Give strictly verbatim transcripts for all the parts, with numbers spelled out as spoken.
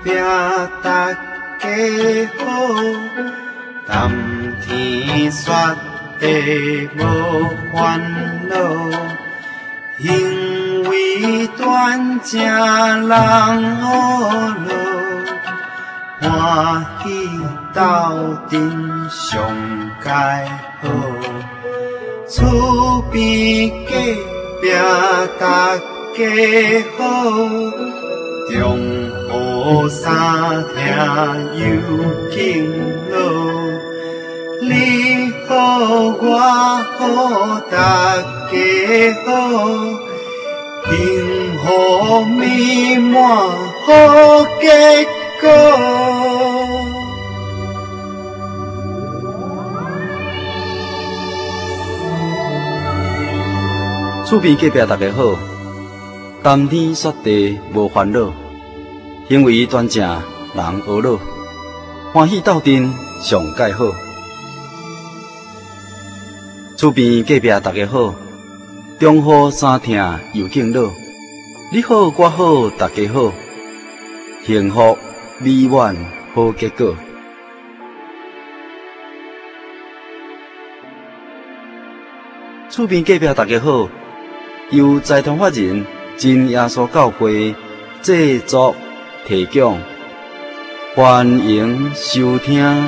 壁大家好，谈天说地无烦恼，因为断正人好乐。欢喜斗阵上佳好，厝边隔壁大家好，中好三听又敬老，你好我好大家好，幸福美满好结果。 厝边隔壁大家好，谈天说地无烦恼，行为端正人和乐，欢喜斗阵上佳好。厝边隔壁大家好，中好三听又敬老，你好我好大家好，幸福美满好结果。厝边隔壁大家好，由财团法人真耶稣教会制作提供，欢迎收听。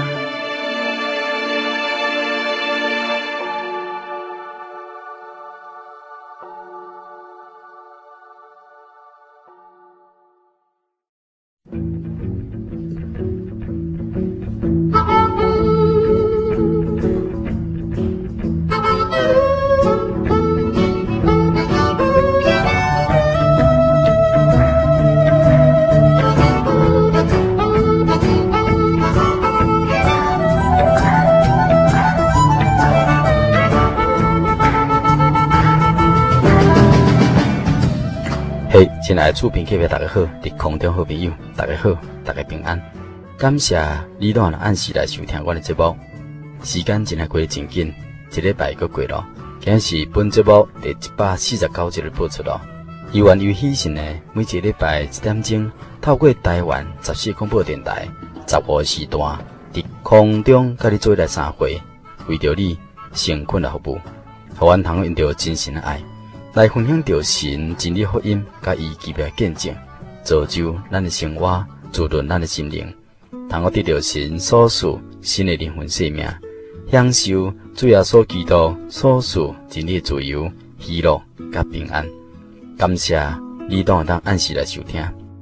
嘿，亲爱的厝边隔壁大家好，伫空中好朋友，大家好，大家平安。感谢你拢按时来收听我的节目。时间真系过得真紧，一礼拜又过了。今日是本节目第一百四十九集的播出咯。有缘有喜讯呢，每一个礼拜一点钟，透过台湾十四广播电台十五时段，伫空中甲你做来三回，为着你诚恳的服务，互阮通用着真心的爱。来分享着神真理福音，甲伊奇妙见证，造就咱的生活，滋润咱的心灵，通我得到神所赐新的灵魂生命，享受主耶稣基督所赐真理自由、喜乐甲平安。感谢你当当按时来收听。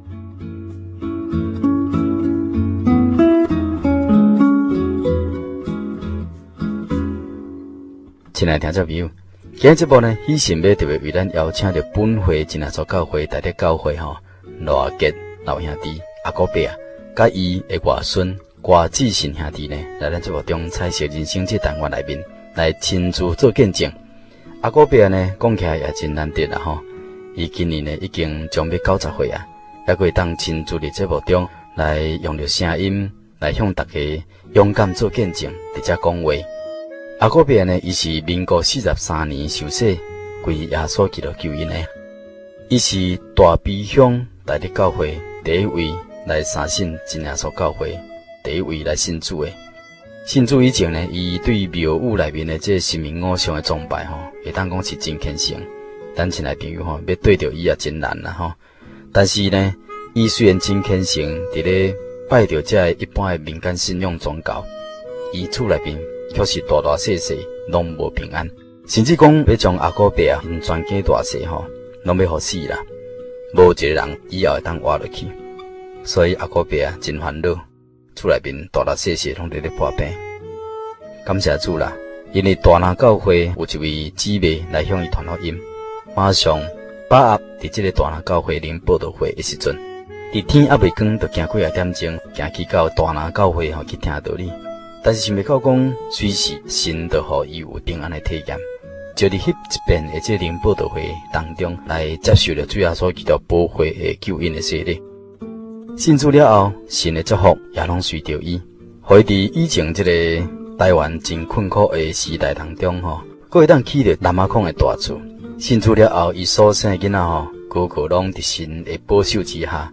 亲爱的听众朋友，今日节目呢，喜神要特别为咱邀请到本会真耶稣教会大德教会吼罗阿杰老兄弟阿哥伯啊，甲伊的外孙瓜子信兄弟呢，来咱节目中彩色人生这单元内面来亲自做见证。阿哥伯呢，讲起来也真难得啦吼，伊今年呢已经将要九十岁啊，还可以当亲自伫节目中来用着声音来向大家勇敢做见证，直接讲话。阿哥伯呢，伊是民国四十三年受洗，归耶稣基督救恩的。伊是大鼻乡大德教会第一位来相信真耶稣教会第一位来信主的。信主以前呢，伊对庙宇内面的这神明偶像的崇拜吼，会当讲是真虔诚。咱亲爱朋友吼，要对着伊也真难啦吼。但是呢，伊虽然真虔诚，伫咧拜着这一般的民间信仰宗教，伊厝内面却是大大小小拢无平安，甚至讲要将阿哥伯啊因全家大小吼，拢要互死啦，无一个人以后会当活落去。所以阿哥伯啊真烦恼，厝内面大大小小拢伫咧破病。感谢主啦，因为大南教会有一位姊妹来向伊传福音，马上把握伫这个大南教会领报道会的时阵，伫天还未光，就行过廿点钟，行去到大南教会吼去听道理。但是想袂到讲，随时神就互伊有平安的体验，就伫迄一遍的这灵报道会当中来接受了主耶稣基督宝血的救恩的洗礼。信主了后，神的祝福也拢随着伊，互伊伫以前这个台湾真困苦的时代当中吼，佫会当起着南马孔的大厝。信主了后，伊所生的囡仔吼，个个拢伫神的保守之下，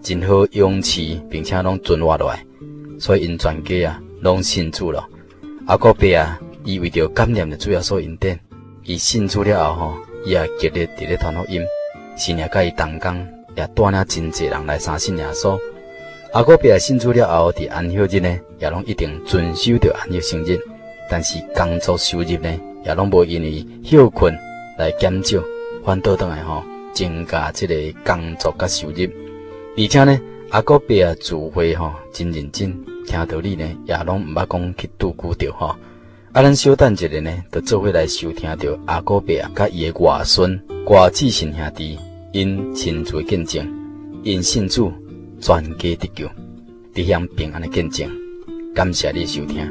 真好勇气，并且拢存活落来，所以因全家啊拢信主了。阿哥伯啊，伊为着感念的主要所引导，伊信主了后吼，伊也极力伫咧传福音，是也甲伊同工，也带领真济人来相信耶稣。阿哥伯啊信主了后，伫安息日呢，也拢一定遵守着安息圣日，但是工作收入呢，也拢无因为休困来减少，反倒倒来吼，增加即个工作甲收入。而且呢，阿哥伯啊聚会吼真认真，听道理呢，也拢毋捌讲去拄久着吼。啊，咱小等一下呢，就做伙来收听着阿哥伯啊，甲伊的外孙瓜子信兄弟因亲自见证，因信主全家得救，伫享平安的见证。感谢你收听。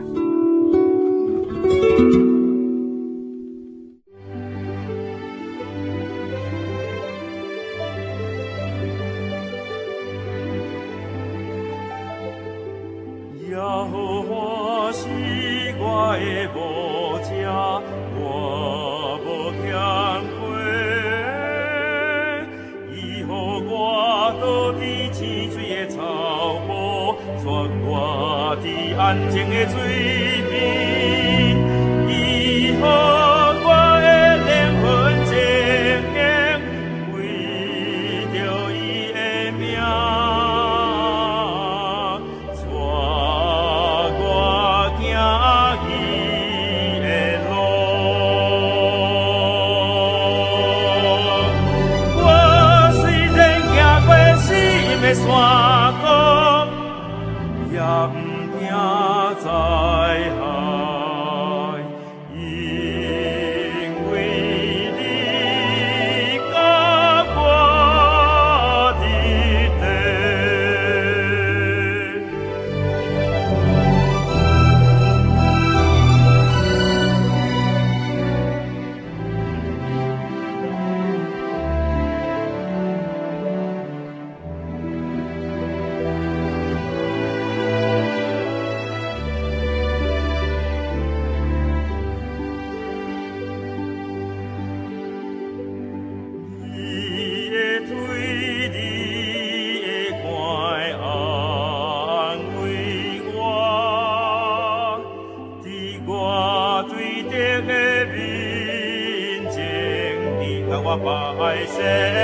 耶和华是我的牧者，我无欠亏。伊予我倒伫青水的草坡，带我伫安静的水边。伊予我的灵魂静静，为着伊的名。山高也不惊灾害，因为你甲我伫百姓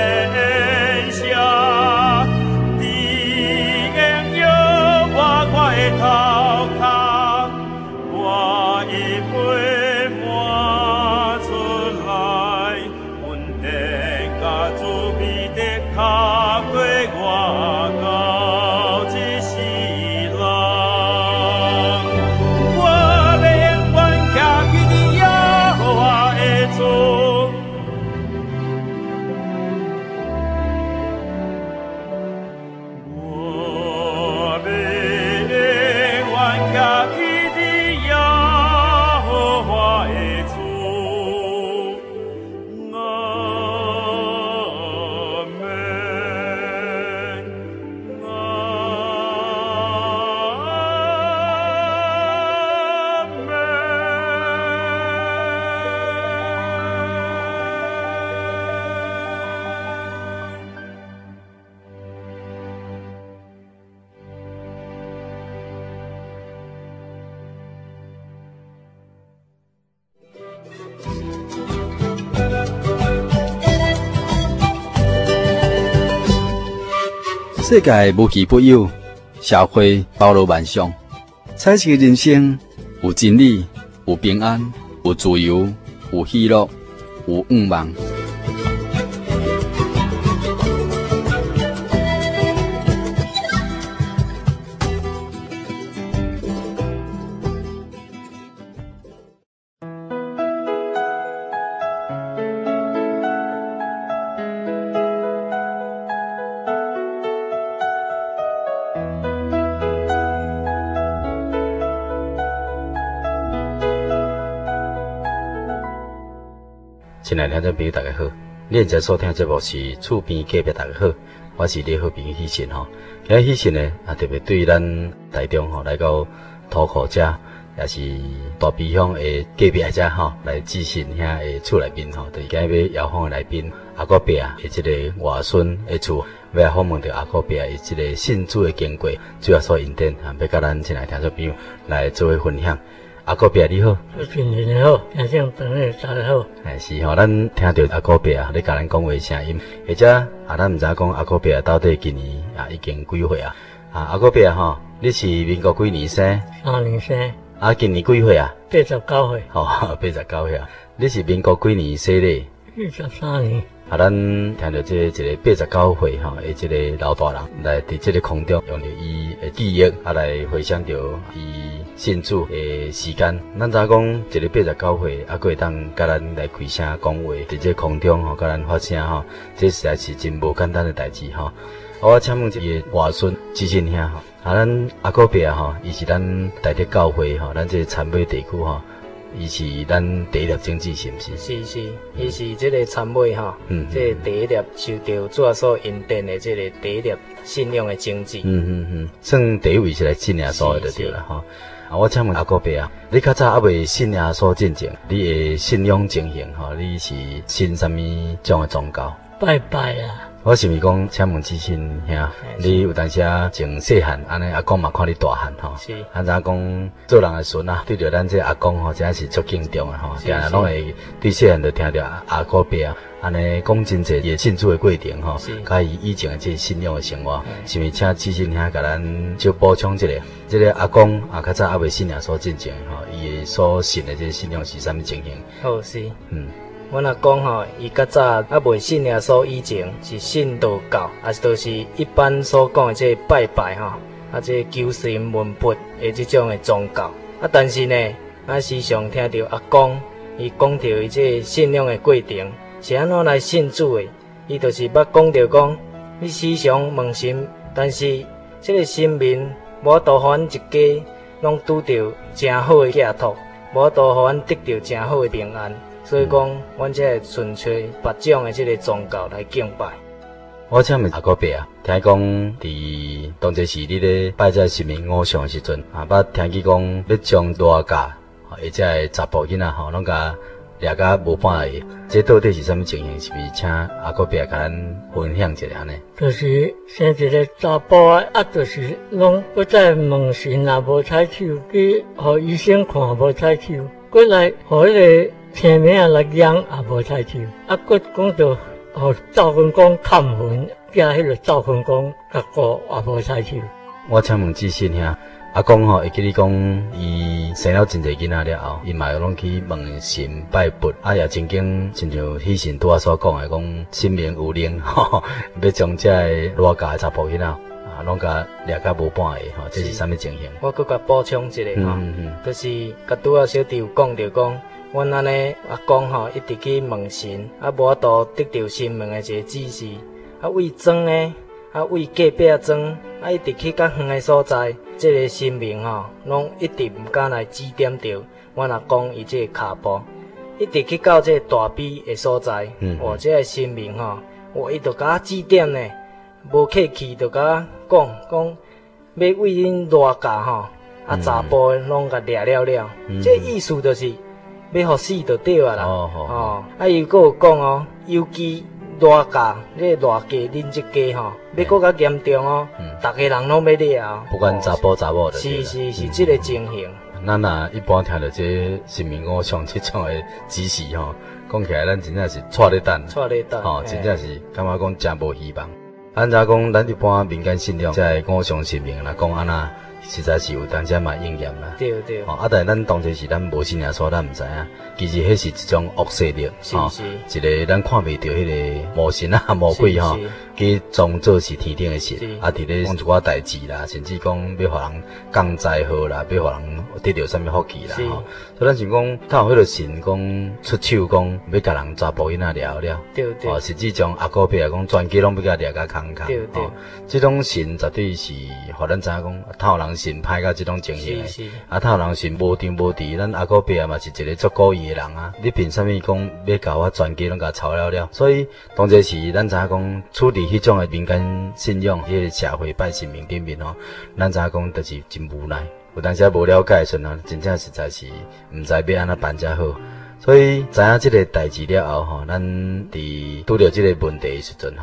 下，你应有我我的头壳，我一杯满出来，稳定甲主必得靠过我到一世人。我要永远徛伫你耶和华的厝。 世界无奇不有，社会包罗万象，彩色人生有真理，有平安，有自由，有喜乐，有愿望。亲爱的听众朋友，大家好！你现在收听的节目是《厝边隔壁》，大家好，我是你好朋友喜信吼。今日喜信呢，啊特别对咱台中吼来到土库遮，也是大鼻乡的隔壁遮吼来致信遐的厝内面吼，就是今日要邀访的来宾阿哥伯啊，的这个外孙的厝。 要来访问到阿哥伯伊即个信主的经过，主要所引导啊，要甲咱亲爱听众朋友来做伙分享。阿哥伯你好， 新年好，听众朋友大家好。 哎是吼，咱听到阿哥伯啊，你甲咱讲话声音，或者啊，咱毋知讲阿哥伯到底今年啊已经几岁啊？啊，阿哥伯啊吼，你是民国几年生？ 三年生。 啊，今年几岁啊？ 八十九岁。 吼、哦，八十九岁啊！你是民国几年生的？ 四十三年。 啊，咱听到这一个八十九岁吼，诶，这个老大人来伫这个空中用着伊诶记忆啊来回想着伊信主诶时间。咱知讲一个八十九岁，啊，佫会当甲咱来开声讲话，伫这空中吼，甲咱发声吼，这实在是真无简单诶代志吼。我请问一个外孙知心兄吼，啊，咱阿哥伯啊吼，伊是咱台北教会吼，咱这参北地区吼。伊是咱第一粒种子，是毋是？ 是是，伊是即个参尾吼，嗯，即第一粒受到主所引电的即个第一粒信仰的种子。 嗯嗯嗯，算第一位是来信耶稣的就对了吼。啊，我请问阿哥伯啊，你较早还未信耶稣之前，你的信仰情形吼，你是信什么种的宗教？ 拜拜啊！ 我是咪讲，请问知心兄，你有当时啊，从细汉安尼阿公嘛看你大汉吼， 是， 安怎讲做人的孙啊，对着咱这阿公吼，真系是足敬重的吼，定下拢会对细汉就听着阿哥伯啊，安尼讲真济伊信主的过程吼，甲伊以前的这信仰的生活，是咪请知心兄甲咱就补充一下，这个阿公啊，较早还未信耶稣之前吼，伊所信的这个信仰是啥物情形？ 好是， 嗯。 阮阿公吼，伊较早啊未信耶稣以前是信道教，也是都是一般所讲的这拜拜吼，啊这求神问卜的这种的宗教。啊，但是呢，啊时常听到阿公伊讲到伊这信仰的过程是安怎来信主的，伊就是捌讲到讲，你时常问神，但是这个神明无多互阮一家拢拄到真好的寄托，无多互阮得到真好的平安。所以讲，阮才会顺随别种的这个宗教来敬拜。 我请问阿哥伯啊，听讲伫当这时你咧拜在神明偶像的时阵，啊，捌听去讲要将大家，或者个查甫囡仔吼，拢甲掠甲无半个，这到底是啥物情形？是毋是请阿哥伯甲咱分享一下安尼？ 就是生一个查甫啊，啊，就是拢不再问神也无采手，去互医生看无采手，过来互迄个。听名来养也无采手，啊，佫讲到互赵分公看坟，惊迄个赵分公甲过也无采手。 我请问知心兄，阿公吼会记你讲，伊生了真侪囡仔了后，伊嘛有拢去问神拜佛，啊，也曾经亲像迄神拄仔所讲的，讲神明有灵吼，要将这个偌家的查甫囡仔啊，拢甲掠甲无半个吼，这是啥物情形？ 我佫甲补充一下吼，嗯嗯就是甲拄仔小弟有讲到讲。阮安尼阿公吼一直去问神，啊无法度得到神明的一个指示，啊为庄呢，啊为隔壁庄，啊一直去较远的所在，这个神明吼，拢一直毋敢来指点着阮阿公伊这个骹步，一直去到这个大陂的所在，嗯，哇，这个神明吼，哇，伊就甲我指点呢，无客气就甲我讲讲，要为恁偌家吼，啊查甫拢甲掠了了，嗯、这个意思就是。要互死就对啊啦，哦，哦啊伊佫有讲哦，尤其热家，你热家恁即家吼，要佫较严重哦，逐个人拢要掠哦， 不管查甫查某的， 是是是，即个情形。 咱若一般听到这神明偶像即种的指示吼，讲起来咱真正是错咧等， 错咧等， 吼，真正是感觉讲真无希望。按怎讲，咱一般民间信仰在偶像神明来讲安那。实在是有当时嘛应验啦， 对对。 哦，啊，但咱当时是咱无信仰，所以咱毋知影。其实迄是一种恶势力， 吼， 一个咱看袂到迄个魔神啊、魔鬼吼，去装作是天顶的神，啊，伫咧讲一寡代志啦，甚至讲要互人降灾祸啦，要互人得到啥物福气啦，吼。所以咱想讲，他有迄个神讲出手讲要甲人查甫囡仔掠了， 对对。 哦，实际上阿哥譬如讲全家拢要甲掠甲空空， 对对。 这种神绝对是互咱知影讲，他有人。神派到这种情形的，啊，他人神无张无弛，咱阿哥伯啊嘛是一个足古意的人啊。你凭啥物讲要甲我全家拢甲抄了了？所以当这时，咱知影讲处理迄种的民间信仰，迄个社会拜神明顶面吼，咱知影讲就是真无奈。有当时无了解的时阵，真正实在是毋知要安怎办才好。所以知影这个代志了后吼，咱伫拄着这个问题的时阵吼。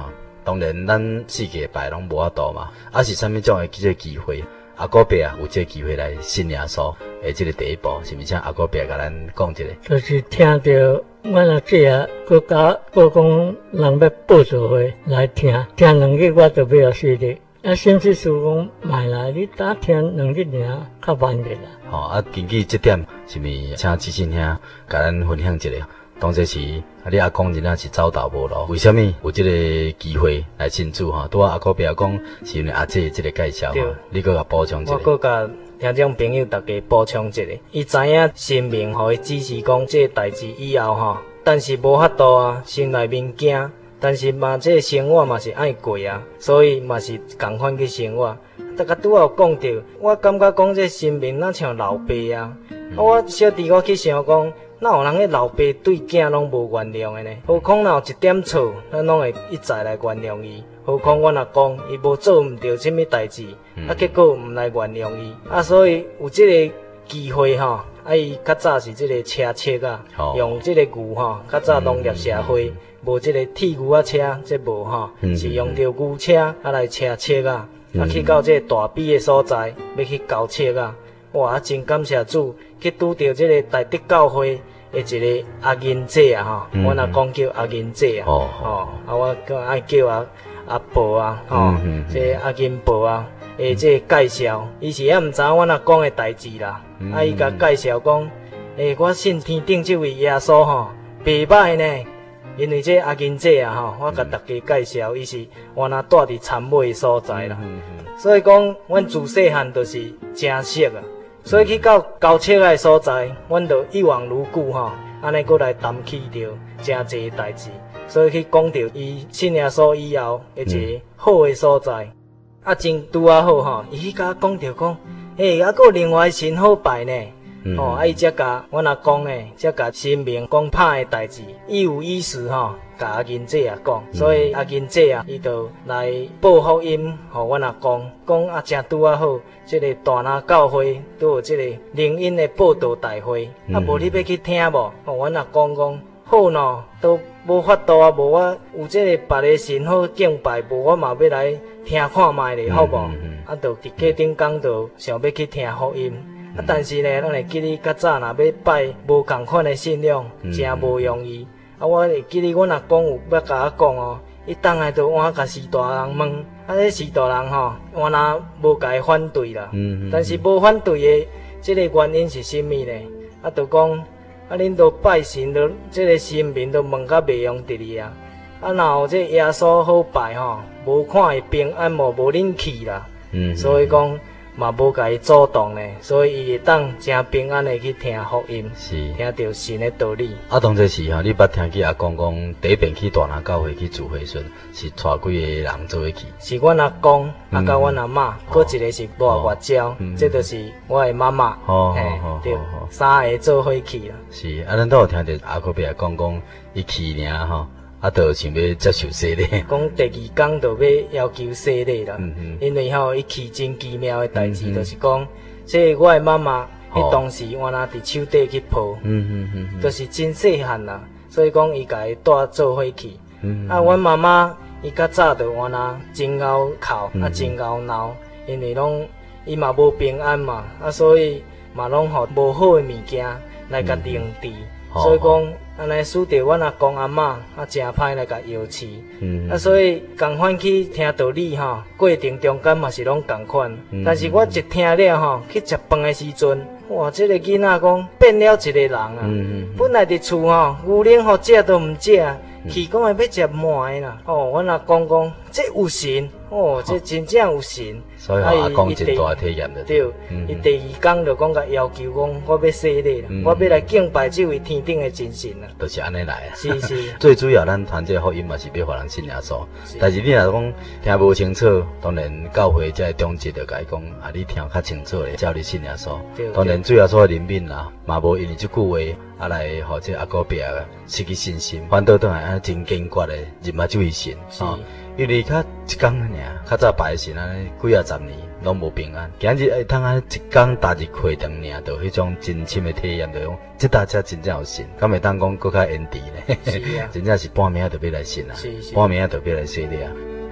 当然咱世界拜拢无法度嘛，啊是啥物种诶即个机会？阿哥伯啊，有这个机会来信耶稣诶，这个第一步，是毋是？请阿哥伯甲咱讲一下。 就是听到阮阿姐啊，佮甲佮讲人要报仇会来听，听两日我就要死的。啊，甚至是讲买来你打听两日尔较慢的啦。 吼、哦、啊，根据这点，是毋是请志信兄甲咱分享一下？当这时，啊，你阿公真正是走投无路，为虾米有这个机会来信主哈？拄啊阿哥伯讲是因为阿姐这个介绍哈，你搁甲补充一下。 我搁甲听众朋友大家补充一下，伊知影神明互伊指示讲这个代志以后吼，但是无法度啊，心内面惊，但是嘛，这个生活嘛是爱过啊，所以嘛是共款去生活。大家拄啊有讲到，我感觉讲这神明哪像老爸啊，啊我小弟我去想讲。哪有人迄老爸对囝拢无原谅的呢？何况若有一点错，咱拢会一再来原谅伊。何况阮阿公伊无做毋对什么代志，嗯、啊结果毋来原谅伊，啊所以有即个机会吼，啊伊较早是即个车车啊，哦、用即个牛吼，较早农业社会无即、嗯、个铁牛啊车，即无吼，嗯、是用着牛车啊来车车啊，嗯、啊去到即个大比的所在，要去交车啊。哇！真感谢主，去拄到即个大德教会的一个阿银姐啊吼，阮阿公叫阿银姐啊，吼、哦，啊我叫爱叫阿阿伯啊，吼、哦，嗯、这阿银伯啊，诶，这介绍，伊是也毋知影阮阿公的代志啦，嗯、啊伊甲介绍讲，诶，我信天顶这位耶稣吼，袂歹呢，因为这阿银姐啊吼，我甲大家介绍，伊是原来住伫田尾所在啦，嗯嗯、所以讲，阮自细汉就是真熟啊。所以去到交车的所在，阮就一往如故吼，安尼过来谈起着真济代志，所以去讲着伊信耶稣以后一个好的所在，嗯、啊真拄啊好吼，伊去甲讲着讲，诶，啊，佫另外神好拜呢。嗯、哦，啊，伊才甲阮阿公呢，才甲神明讲歹的代志，伊有意思吼，甲阿银姐啊讲，嗯、所以阿银姐啊，伊就来报福音，互阮阿公讲啊，真拄啊好，即、这个大南教会都有即个灵恩的报道大会，嗯、啊，无你要去听无？互阮阿公讲好喏，都无法度啊，无我有即个别个神好敬拜，无我嘛要来听看卖咧，好无？嗯嗯嗯、啊，就伫隔顶讲就想要去听福音。啊，但是呢，咱会记哩较早若要拜无共款的信仰，真无容易。啊，我会记哩，阮阿公有要甲我讲哦，伊当下就换甲士大人问，啊，迄士大人吼，原来无甲伊反对啦。嗯嗯。但是无反对的，即个原因是啥物呢？啊，就讲，啊，恁都拜神，都即个神明都问甲袂用伫哩啊。啊，若有这耶稣好拜吼，无看伊平安，无无恁去啦。嗯。所以讲。嘛无甲伊主动呢，所以伊会当真平安的去听福音，是听到神的道理。 啊，当这时吼，你捌听见阿公讲，第一遍去大南教会去聚会时，是带几个人做伙去？ 是阮阿公，啊，甲阮阿嬷，搁、嗯、一个是我外招，嗯、这就是我的妈妈， 哦， 嘿，对，三个做伙去啦。 是，啊，咱都有听到阿哥伯讲讲，伊去尔吼。啊，就想要接受洗礼， 讲第二天就要要求洗礼啦。嗯嗯，因为吼，伊去真奇妙的代志，嗯、就是讲，即我的妈妈，伊、哦、当时原来伫手底去抱，嗯嗯嗯，嗯就是真细汉啦，所以讲伊家己带做伙去。嗯嗯啊，阮妈妈伊较早就原来真熬哭，嗯、啊真熬闹，因为拢伊嘛无平安嘛，啊所以嘛拢互无好的物件来甲凝治，嗯、所以讲。安尼使着阮阿公阿嬷啊，真歹来甲摇饲，嗯、啊，所以共款去听道理吼，过程中间嘛是拢共款。嗯、但是我一听了吼，去食饭的时阵，哇，这个囡仔讲变了一个人啊！嗯、本来伫厝吼，牛奶吼食都毋食，去讲会要食糜的啦。哦，阮阿公讲这有神，哦，这真正有神。 所以阿公真大体验的。 对，伊第二天就讲甲要求讲，我要洗礼啦，我要来敬拜这位天顶的真神啦。 就是安尼来啊。 是是。 最主要咱传这个福音嘛是要互人信耶稣，但是你若讲听无清楚，当然教会才会中职就甲伊讲，啊，你听较清楚咧，叫你信耶稣。当然最后所的怜悯啦，嘛无因为即句话啊来互这阿哥伯啊失去信心，反倒倒来安真坚决的入啊这位神啊。因为较一天尔，较早拜神安尼几啊十年拢无平安，今日会通安一天大日过长尔，就迄种真深的体验，就讲即搭才真正有神，敢会当讲搁较延迟咧？真正是半暝就要来信啊，半暝就要来洗礼啊。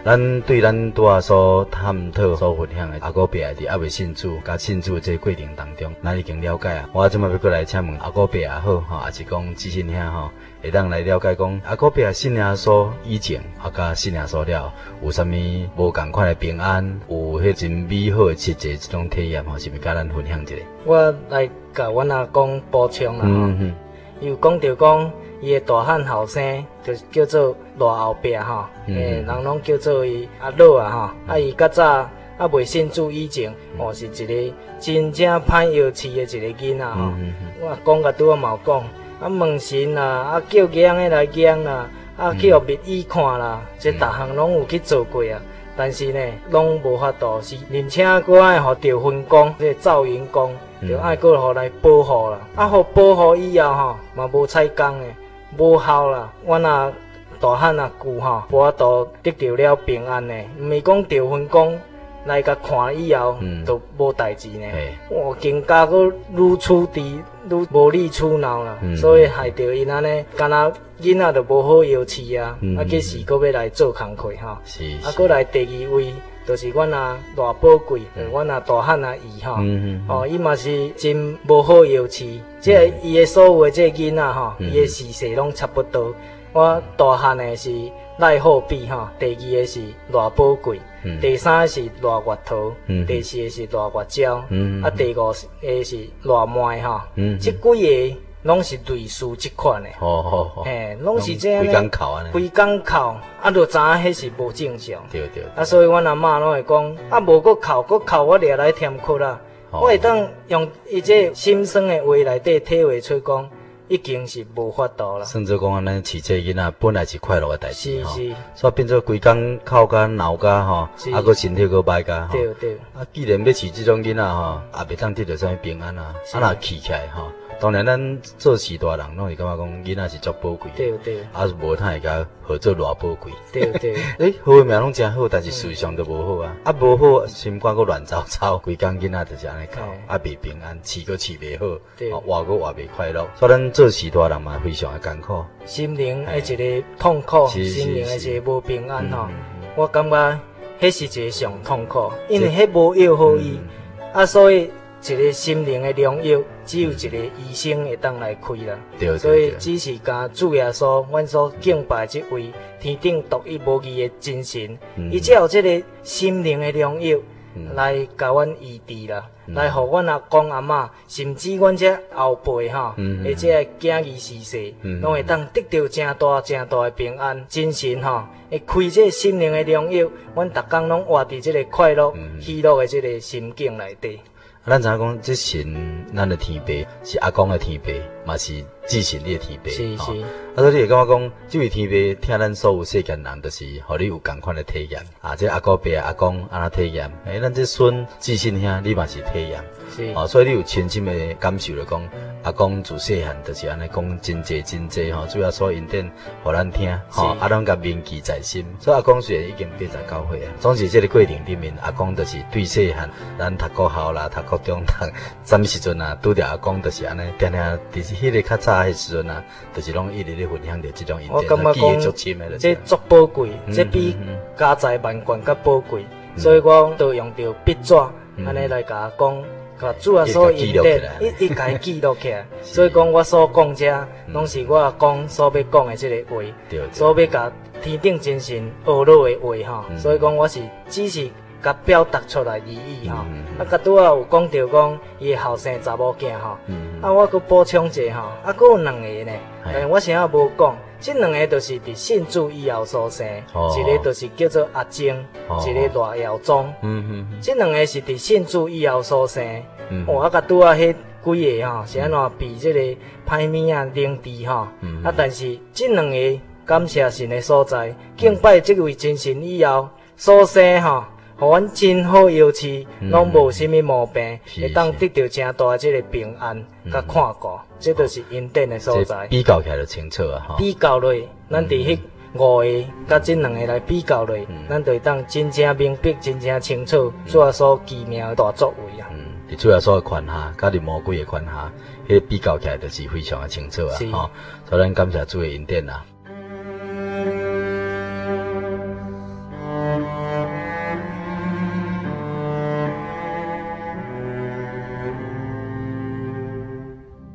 咱对咱拄啊所探讨、所分享的阿哥伯伫还未信主、甲信主的这个过程当中，咱已经了解啊。我即摆要过来请问阿哥伯也好，吼，也是讲志信兄吼，会当来了解讲阿哥伯信耶稣以前，啊，甲信耶稣了，有啥物无共款的平安，有迄真美好的七节这种体验吼，是毋是甲咱分享一下？ 我来甲阮阿公补充啦吼， 嗯伊有讲着讲。伊的大汉后生就叫做赖后壁吼，诶，人拢叫做伊阿老啊吼。啊，伊较早啊未信主以前，哦，是一个真正歹摇饲的一个囡仔吼。我讲甲拄啊嘛有讲，啊问神啦，啊叫囝的来囝啦，啊去互密医看啦，这逐项拢有去做过啊。但是呢，拢无法度，是而且佫爱互调分工，即赵云公，就爱佫互来保护啦。啊，互保护以后吼，嘛无采工的。无效啦，阮啊大汉啊舅吼，无法度得到了平安呢。毋是讲调分工来甲看以后，都无代志呢。哇，更加佫愈处置愈无理取闹啦，所以害着因安尼，敢若囡仔就无好摇饲啊，啊，计时佫要来做工课吼。是。啊，佫来第二位。就是阮啊大宝贵，阮啊大汉啊姨吼，哦，伊嘛是真无好摇饲，即个伊的所有的即个囡仔吼，伊的事势拢差不多。我大汉的是赖厚比吼，第二个是赖宝贵，第三个是赖月桃，第四个是赖月椒，啊，第五个是赖麦吼，即几个。拢是类似即款的，哦哦哦，嘿，拢是这样。规工哭安尼，规工哭，啊，就知影迄是无正常。对对。啊，所以阮阿嬷拢会讲，啊，无搁哭，搁哭我掠来添哭啦。我会当用伊这心酸的话内底体会出讲，已经是无法度啦。甚至讲咱饲这囡仔本来是快乐的代志吼，所以变做规工哭甲闹甲吼，啊，搁身体搁歹甲吼。对对。啊，既然要饲这种囡仔吼，也袂当得到啥物平安啊，啊，若气起来吼。当然，咱做事大人拢会感觉讲囡仔是足宝贵，对对，啊无通会甲合作偌宝贵，对对。诶，好的命拢真好，但是事实上都无好啊，啊无好，心肝阁乱糟糟，规工囡仔就是安尼哭，啊袂平安，饲阁饲袂好，对，活阁活袂快乐，所以咱做事大人嘛非常的艰苦，心灵的一个痛苦，心灵的一个无平安吼，我感觉迄是一个上痛苦，因为迄无药好医，啊所以。一个心灵的良药，只有一个医生会当来开啦。对，所以只是甲主耶稣，阮所敬拜这位天顶独一无二的真神，伊才有这个心灵的良药来甲阮医治啦，来互阮阿公阿嬷，甚至阮这后辈哈，或者囝儿逝世，拢会当得到真大真大的平安。真神哈，会开这个心灵的良药，阮逐工拢活伫这个快乐、喜乐的这个心境内底。咱知影讲，这神咱的天父是阿公的天父，嘛是志信你的天父。是是。啊，所以你会感觉讲，这位天父听咱所有世间人，就是互你有共款的体验。啊，这阿哥伯阿公安那体验，诶，咱这孙志信兄你嘛是体验。是。哦，所以你有深深的感受了讲，阿公自细汉就是安尼讲真济真济吼，主要所因典互咱听，吼，啊，咱甲铭记在心。所以阿公虽然已经八十九岁啊，总是这个过程里面，阿公就是对细汉咱读国校啦，读。国中读，什么时阵啊？拄着阿公就是安尼，定定伫迄个较早迄时阵啊，就是拢一直咧分享着即种印象，记忆足深的。这足宝贵，这比家财万贯较宝贵，所以我都用着笔纸安尼来甲阿公。甲主要所印典，一一家记录起来，所以讲我所讲者，拢是我阿公所要讲的这个话，所要甲天顶真神学落的话吼，所以讲我是只是。甲表达出来而已吼，啊，甲拄啊有讲到讲伊后生查某囝吼，啊，我佮补充一下吼，啊，佮有两个呢，但我现在无讲，这两个就是伫信主以后所生，一个就是叫做阿晶，一个赖耀宗，这两个是伫信主以后所生，哦，啊，甲拄啊迄几个吼是安怎比这个歹物啊灵智吼，啊，但是这两个感谢神的所在，敬拜这位真神以后所生吼。互阮真好摇饲，拢无啥物毛病，会当得到真大即个平安，甲看顾，这就是恩典的所在。比较起来就清楚啊！比较落，咱伫迄五个甲这两个来比较落，咱就会当真正明白、真正清楚，主要所奇妙的大作为啊！嗯，主要所的权下，甲伫魔鬼的权下，迄个比较起来就是非常的清楚啊！吼，所以咱感谢主的恩典啊！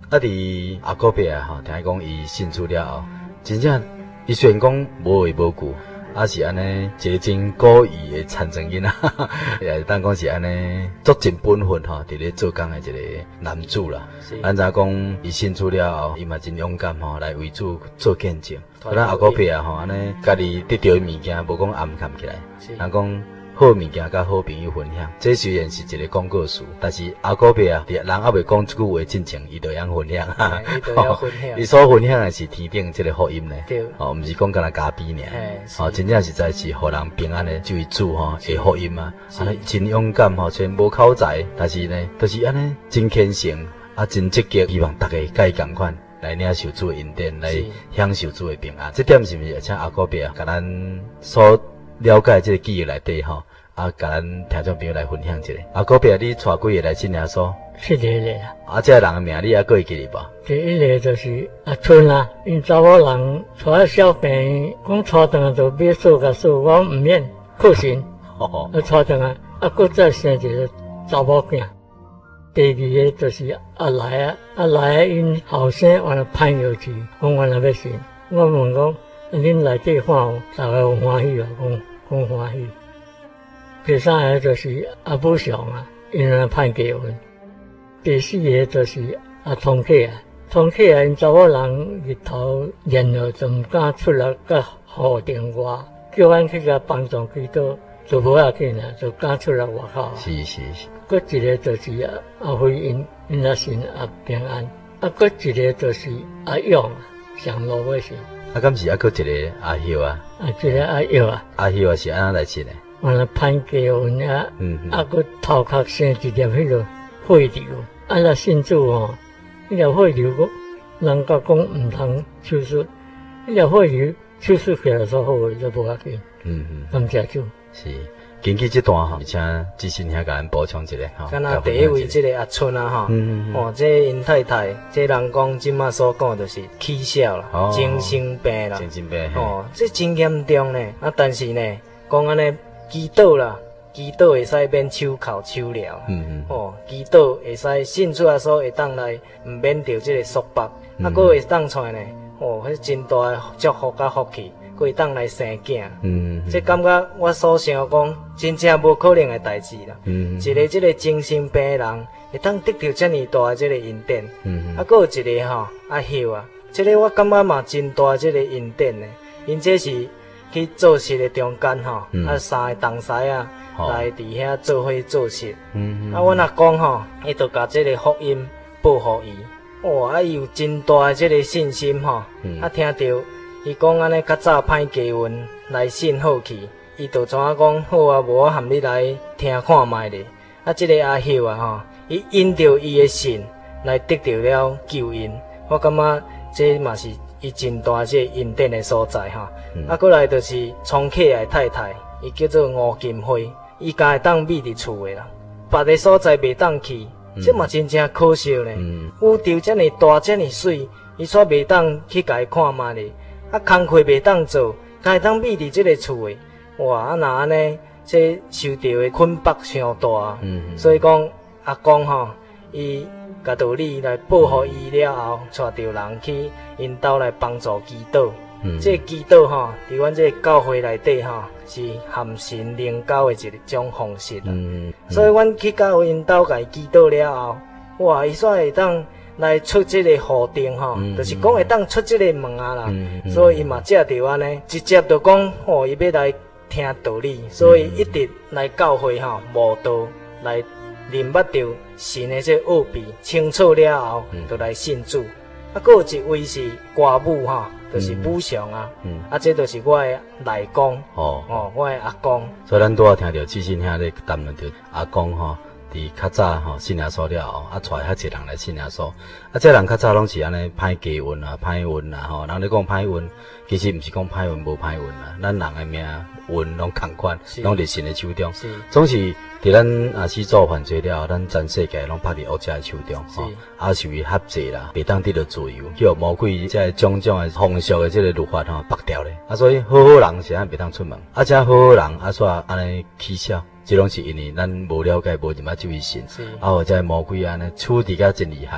啊，伫阿哥伯啊，吼，听讲伊信主了后，真正伊虽然讲无话无句，啊是安尼一个真古意的残障囡仔，也当讲是安尼足尽本分吼，伫咧做工的一个男子啦。咱知讲伊信主了后，伊嘛真勇敢吼，来为主做见证。咱阿哥伯啊吼，安尼家己得到的物件，无讲暗藏起来，人讲。好物件甲好朋友分享，这虽然是一个广告词，但是阿哥伯啊，人还未讲这句话真情，伊就晓分享哈。伊就晓分享，伊所分享的是天顶这个福音呢，哦，毋是讲干那假比尔，哦，真正实在是互人平安的，就是主吼的福音啊，安尼真勇敢吼，虽然无口才，但是呢，都是安尼真虔诚，啊，真积极，希望大家甲伊共款。来领受主的恩典，来享受主的平安。这点是毋是也请阿哥伯啊，甲咱所了解这个记忆内底吼，啊，甲咱听众朋友来分享一下。阿哥伯，你带几个来信耶稣？ 七个嘞。 啊，这个人的名你还可会记得无？ 第一个就是阿春啊，因查某人带小病，讲带转就买数甲数，我唔免靠信，啊带转啊，啊，搁再生一个查某囝。第二个就是阿来啊，阿来啊，因后生原来攀药去，讲原来要信，我问讲。恁内底看有，大家有欢喜啊，讲讲欢喜。第三个就是阿母上啊，因来判结婚。第四个就是阿通客啊，通客啊，因查某人日头热了就唔敢出来，甲雨电话，叫咱去甲帮助祈祷，就无要紧啊，就敢出来外口。 是是是。 搁一个就是阿阿辉因因阿信阿平安，啊，搁一个就是阿勇啊，上路要信。 啊，敢是还佫一个阿秀啊？ 啊，一个阿秀啊。 阿秀啊是安怎来信的？ 完了攀结婚啊，嗯嗯啊，佫头壳生一粒迄个血流，啊，若信主吼，迄粒血流个，人家讲毋通手术，迄粒血流手术起来所好诶，就无要紧。嗯嗯，感谢主。 是。根据这段吼，请志信兄甲咱补充一下吼。 敢若第一位这个阿春啊吼，嗯嗯哦，这因太太，这人讲即马所讲就是气笑啦，哦、精神病啦， 精神病哦，这真严重呢。啊，但是呢，讲安尼祈祷啦，祈祷会使免手铐手镣，嗯嗯，哦，祈祷会使信主啊，所会当来唔免着这个束缚，啊，佫会当出来呢，哦，迄真大诶祝福甲福气。会当来生囝，嗯，这感觉我所想讲，真正无可能的代志啦。嗯，一个这个精神病的人，会当得到这么大的这个恩典，嗯，啊，佫有一个吼阿秀啊，这个我感觉嘛真大这个恩典呢。因这是去做事的中间吼，啊，三个同事啊来伫遐做伙做事，嗯，啊，我若讲吼，伊就甲这个福音报互伊，哇，啊，伊有真大的这个信心吼，啊，听到。伊讲安尼较早歹结婚来信好去，伊就怎啊讲好啊？无我含你来听看卖咧。啊，即、这个阿秀啊吼，伊因着伊的信来得到了救恩，我感觉这嘛是伊真大这恩典的所在哈。嗯、啊，过来就是创客的太太，伊叫做吴金辉，伊家会当秘伫厝的啦，别个所在袂当去，这嘛真正可惜呢。嗯、宇宙遮尔大遮尔水，伊煞袂当去家己看卖咧。啊，工课袂当做，敢会当秘伫即个厝诶。哇，啊那安尼，这受到诶捆绑伤大。嗯嗯。所以讲，阿公吼，伊甲道理来保护伊了后，带着人去因兜来帮助祈祷。嗯。这祈祷吼，伫阮这教会内底吼，是含神灵交诶一种方式啦。嗯嗯。所以阮去到因兜甲伊祈祷了后，哇，伊煞会当。来出这个互定吼，嗯、就是讲会当出这个门啊啦，嗯嗯、所以伊嘛借着安尼，直接就讲吼，伊要来听道理，所以一直来教会吼，悟道来认捌着神的这奥秘，清楚了后，就来信主。啊，佫有一位是歌舞吼，就是武上啊，嗯、啊，这就是我的内公哦哦，我的阿公。 所以咱拄仔听着志信兄咧谈论着阿公吼。伫较早吼信耶稣了后，啊，带遐济人来信耶稣。啊，这人较早拢是安尼歹结运啊，歹运啊吼。人咧讲歹运，其实毋是讲歹运无歹运啊。咱人的命运拢共款，拢伫神的手中。总是伫咱啊，死做犯罪了后，咱全世界拢拍伫恶者的手中吼。啊，是为合罪啦，袂当得到自由，叫魔鬼这种种的风俗的这个律法吼绑掉咧。啊，所以好好人是安袂当出门，啊，这好好人啊，煞安尼起笑。这拢是因为咱无了解、无认捌这位神，啊，或者魔鬼安尼处理甲真厉害，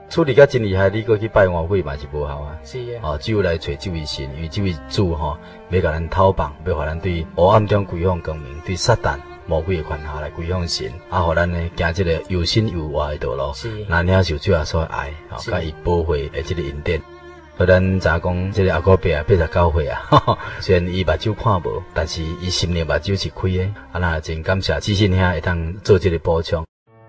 处理甲真厉害，你搁去拜魔鬼嘛是无效啊。 是啊。 哦，只有来找这位神，因为这位主吼、哦，要甲咱讨棒，要互咱对黑暗中归向光明，对撒旦魔鬼的权下来归向神，啊，互咱呢行这个又新又活的道路，那领受主耶稣的爱，吼、哦，甲伊保护的这个恩典。所以咱咋讲，这个阿哥伯啊，八十九岁啊，呵呵虽然伊目睭看无，但是伊心里目睭是开的。啊，那真感谢志信兄会当做这个补充。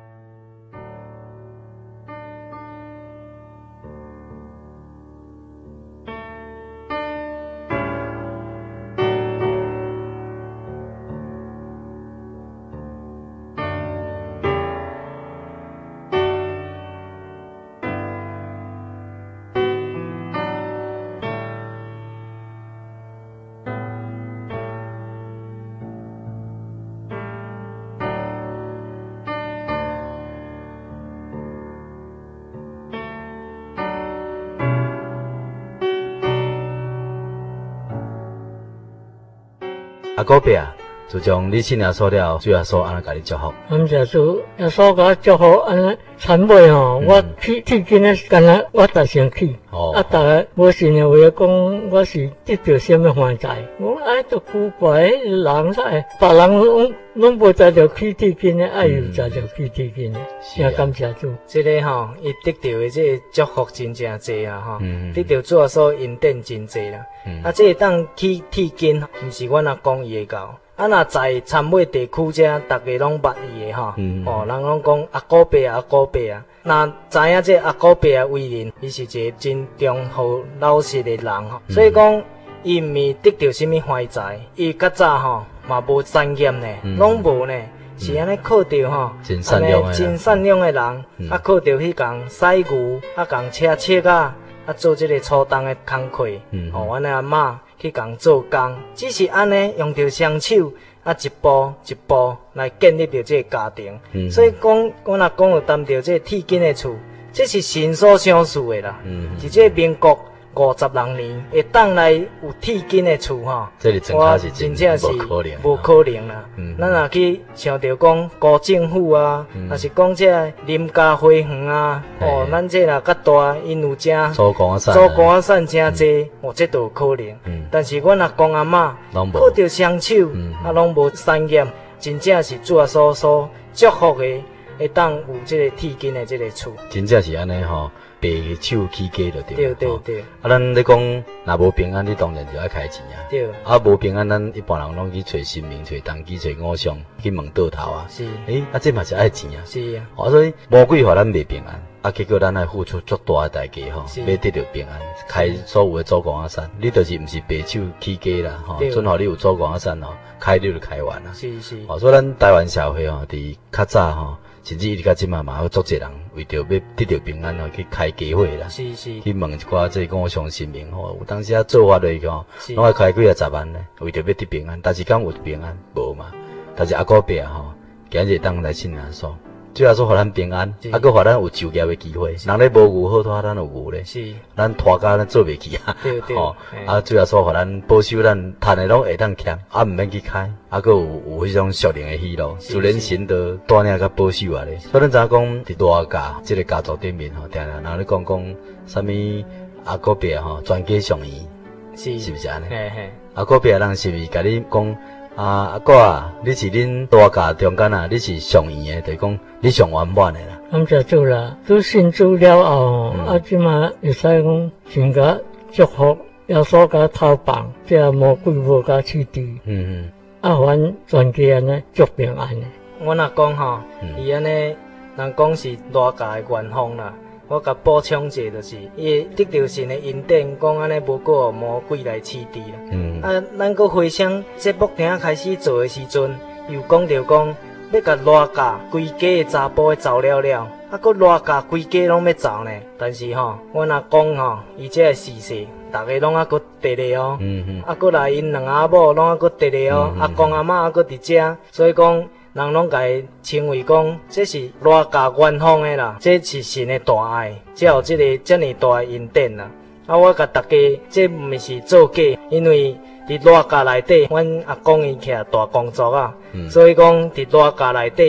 阿哥伯啊，自从你信耶稣了，主耶稣安怎甲你祝福？ 感谢主，耶稣甲我祝福，安尼残尾吼，我去去今日干那我逐先去，哦、啊，逐个无信的话讲，我是得到什么欢财？我爱都古怪人噻，别人拢拢无知着去天经的，爱有知着去天经的，也、啊、感谢主。 这个吼，伊得到的这个祝福真正济啊，吼、嗯，得到主耶稣恩典真济啦。嗯、啊，这个当去天经，毋是阮阿讲伊会到。啊，若在参尾地区遮，逐个拢捌伊的吼，嗯、哦，人拢讲阿哥伯阿哥伯啊。若知影这阿哥伯的为人，伊是一个真忠厚老实的人吼，嗯、所以讲伊毋是得到什么怀财，伊较早吼嘛无善业呢，拢无呢。是安尼靠着吼， 真善良的， 真善良的人，嗯、啊靠着迄共驶牛，啊共车切啊，啊做这个粗重的工课，嗯、哦，阮的阿嬷去共做工，只是安尼用着双手，啊一步一步来建立着这个家庭。嗯、所以讲，阮若讲有担着这个铁金的厝，这是神所赏赐的啦。嗯、是这个民国五十六年会当来有铁金的厝吼， 这真我是真正是无可能， 无可能啦。嗯、咱若去想着讲高政府啊，若、嗯、是讲这林家花园啊，哦，咱这若较大，因有正祖公啊产， 祖公啊产真济，哦，这都有可能。嗯、但是阮若讲阿嬷，靠着双手，嗯、啊，拢无产业，真正是主啊所所祝福的，会当有这个铁金的这个厝。 真正是安尼吼。白手起家就对， 对对对。 啊，咱咧讲，若无平安，你当然就要开钱啊。 对。 啊，无平安，咱一般人拢去找神明、找当机、找偶像，去问倒头啊。 是。 诶，啊，这嘛是爱钱啊。 是啊。 哦，所以魔鬼互咱袂平安，啊，结果咱爱付出足大的代价吼，要得到平安，开所有的祖公仔山，你就是毋是白手起家啦，吼，准互你有祖公仔山吼，开你就开完啦。 是是。 哦，所以咱台湾社会吼，伫较早吼。甚至一直到即嘛嘛，有足侪人为着要得到平安哦，去开家会啦， 是是， 去问一寡即讲相信神明吼，有当时啊做法落去吼，拢爱开几啊十万呢，为着要得平安，但是敢有平安无嘛？但是阿哥伯啊吼，今日当来信耶稣，主要说互咱平安，啊，搁互咱有就业的机会。人咧无牛好拖，咱有牛咧，是，咱拖家咱做袂起啊，吼，啊，主要说互咱保守咱趁的拢会当欠，啊，毋免去开。啊，佮有有迄种属灵的喜乐，自然神都带领甲保守啊咧。所以咱知影讲，伫大家即个家族顶面吼，定定人咧讲讲，啥物阿哥伯吼，专家上医，是是不是安尼？嘿嘿。阿哥伯人是毋是甲你讲啊？阿哥啊，你是恁大家中间啊，你是上医的，就是讲你上圆满的啦。 感谢主啦，主信主了后，啊，即嘛会使讲神甲祝福，耶稣甲头棒，这魔鬼无甲起地。嗯嗯。啊，阮全家安尼足平安的。 我若讲吼，伊安尼人讲是大家的愿望啦。我甲补充者就是，伊得到神的恩典，讲安尼无过魔鬼来试敌啦。嗯。啊，咱搁回想节目顶开始做的时阵，又讲着讲要甲拉架规家的查甫的走了了，啊，搁拉架规家拢要走呢。但是吼，我若讲吼，伊这个事实。大家拢啊搁伫咧哦，嗯嗯，啊搁来因两阿某拢啊搁伫咧哦，阿公阿嬷啊搁伫遮，所以讲人拢甲伊称为讲，这是偌家元芳的啦，这是神的大爱，才有这个这么大的恩典啦。啊，我甲大家这毋是做假，因为伫偌家内底，阮阿公伊徛大工作啊，嗯、所以讲伫偌家内底。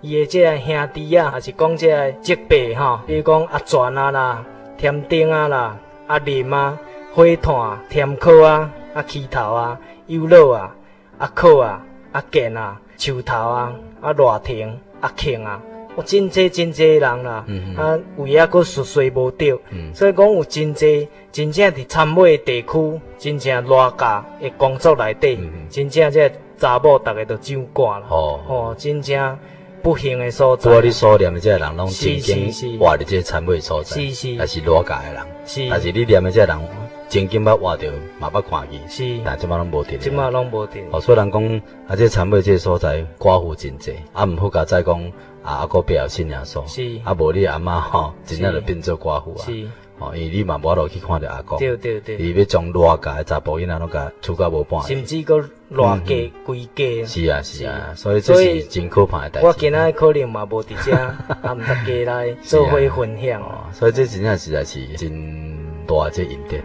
伊的这个兄弟啊，还是讲这个叔伯吼，比如讲阿全啊啦、添丁啊啦、阿林啊、火炭、添考啊、阿起头啊、幼老啊、阿考啊、阿健啊、树头啊、阿热庭、阿庆啊。有真济真济人啦，嗯、啊，位啊，佫熟悉无着，嗯、所以讲有真济真正伫参尾地区，真正热家的工作内底，嗯、真正这查某逐个都长干啦，哦，哦，真正不幸的所在。 我你所念的这个人，拢真正活伫这参尾所在，是是，但是热家的人，是，但是你念的这个人，真正捌活着，嘛捌看见，是，但即马拢无得。 即马拢无得。 哦，所以人讲啊，这参尾这个所在寡妇真济，啊，毋好甲再讲。啊，阿哥别有信仰所，是啊，无你阿妈吼，真正就变做寡妇啊，是哦，因为你嘛无落去看着阿公，对对对，伊要将热家的查甫囡仔拢甲处到无半， 甚至佫热家规家， 是啊是啊，所以这是真可怕的代志。 我今仔可能嘛无伫遮，啊，毋大家来做伙分享哦， 所以这真正实在是真大这恩典。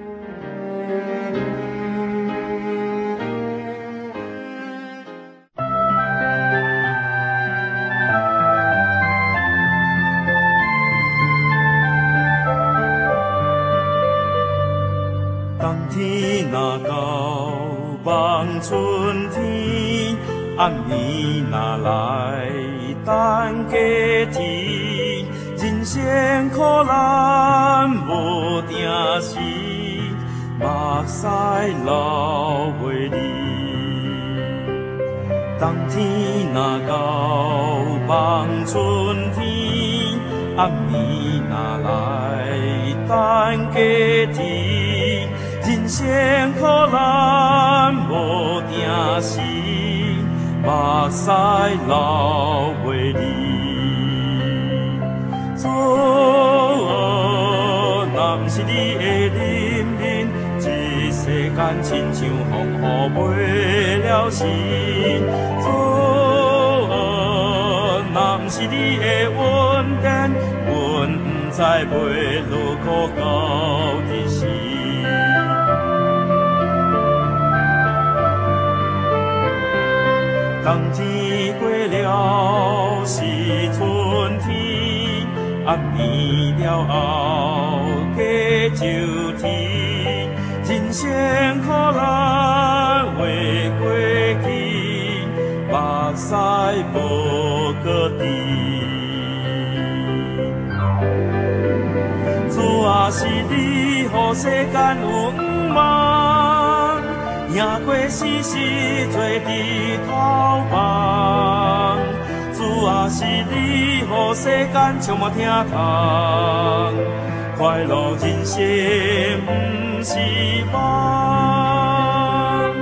春天暗暝若来等价天，人生苦难无定时，目屎流袂离。冬天若到望春天，暗暝若来等价天，人生苦难无定时，目屎流袂离。主啊，若不是你的怜悯，这世间亲像风雨袂了时。主啊，若不是你的恩典，阮不知袂落苦到伫时。冬天过了是春天，暗暝了后过秋天，人生苦难话过去，目屎无搁滴。主啊，是你，予世间有五望。赢过世事做伫头望，主啊，是你，予世间充满疼痛，快乐人生不是梦。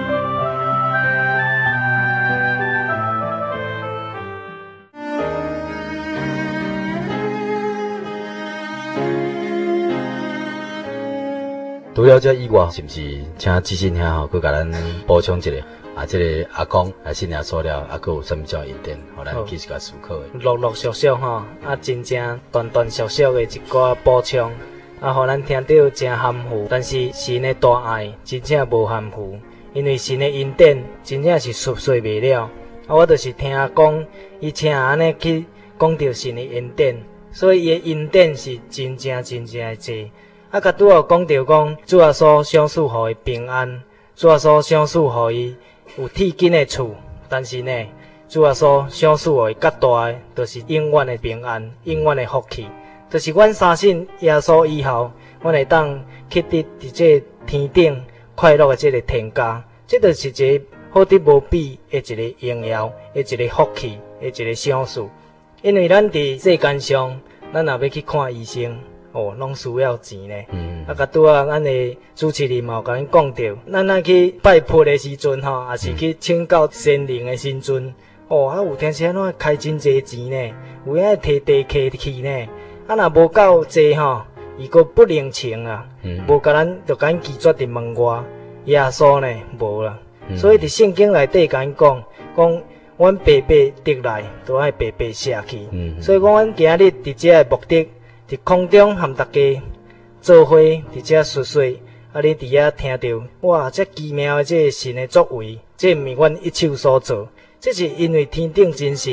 除了这以外，是不是请知心兄吼，佮甲咱补充一下啊？这个阿公啊，信仰所了，啊，佮有什么叫恩典，互咱继续甲思考的。 陆陆续续吼，啊，真正断断续续的一寡补充，啊，互咱听到真含糊，但是神的大爱真正无含糊，因为神的恩典真正是述说袂了。啊，我就是听讲，伊请安尼去讲到神的恩典，所以伊的恩典是真正真正的多。啊，甲拄好讲到讲，主啊所赏赐互伊平安，主啊所赏赐互伊有铁紧的厝，但是呢，主啊所赏赐互伊较大的，就是永远的平安，永远的福气。就是阮相信耶稣以后，阮会当去伫伫这天顶快乐的这个天家，这就是一个好得无比的一个荣耀，的一个福气，的一个赏赐。因为咱伫世间上，咱若要去看医生。哦，拢需要钱呢。嗯，啊，甲拄啊，咱的主持人嘛有甲咱讲到，咱若去拜佛的时阵吼，也是去请教神灵的时阵，哦，啊有当时啊，拢开真济钱呢，有影摕地客去呢，啊若无够济吼，伊个不领情啊，无甲咱就甲咱拒绝伫门外，耶稣呢无啦，所以伫圣经内底甲咱讲，讲阮白白得来，都爱白白舍去，所以讲阮今日伫遮的目的。伫空中和大家做伙伫遮述说，啊！你伫遐听到，哇！这奇妙的这神的作为，这毋是阮一手所做，这是因为天顶真神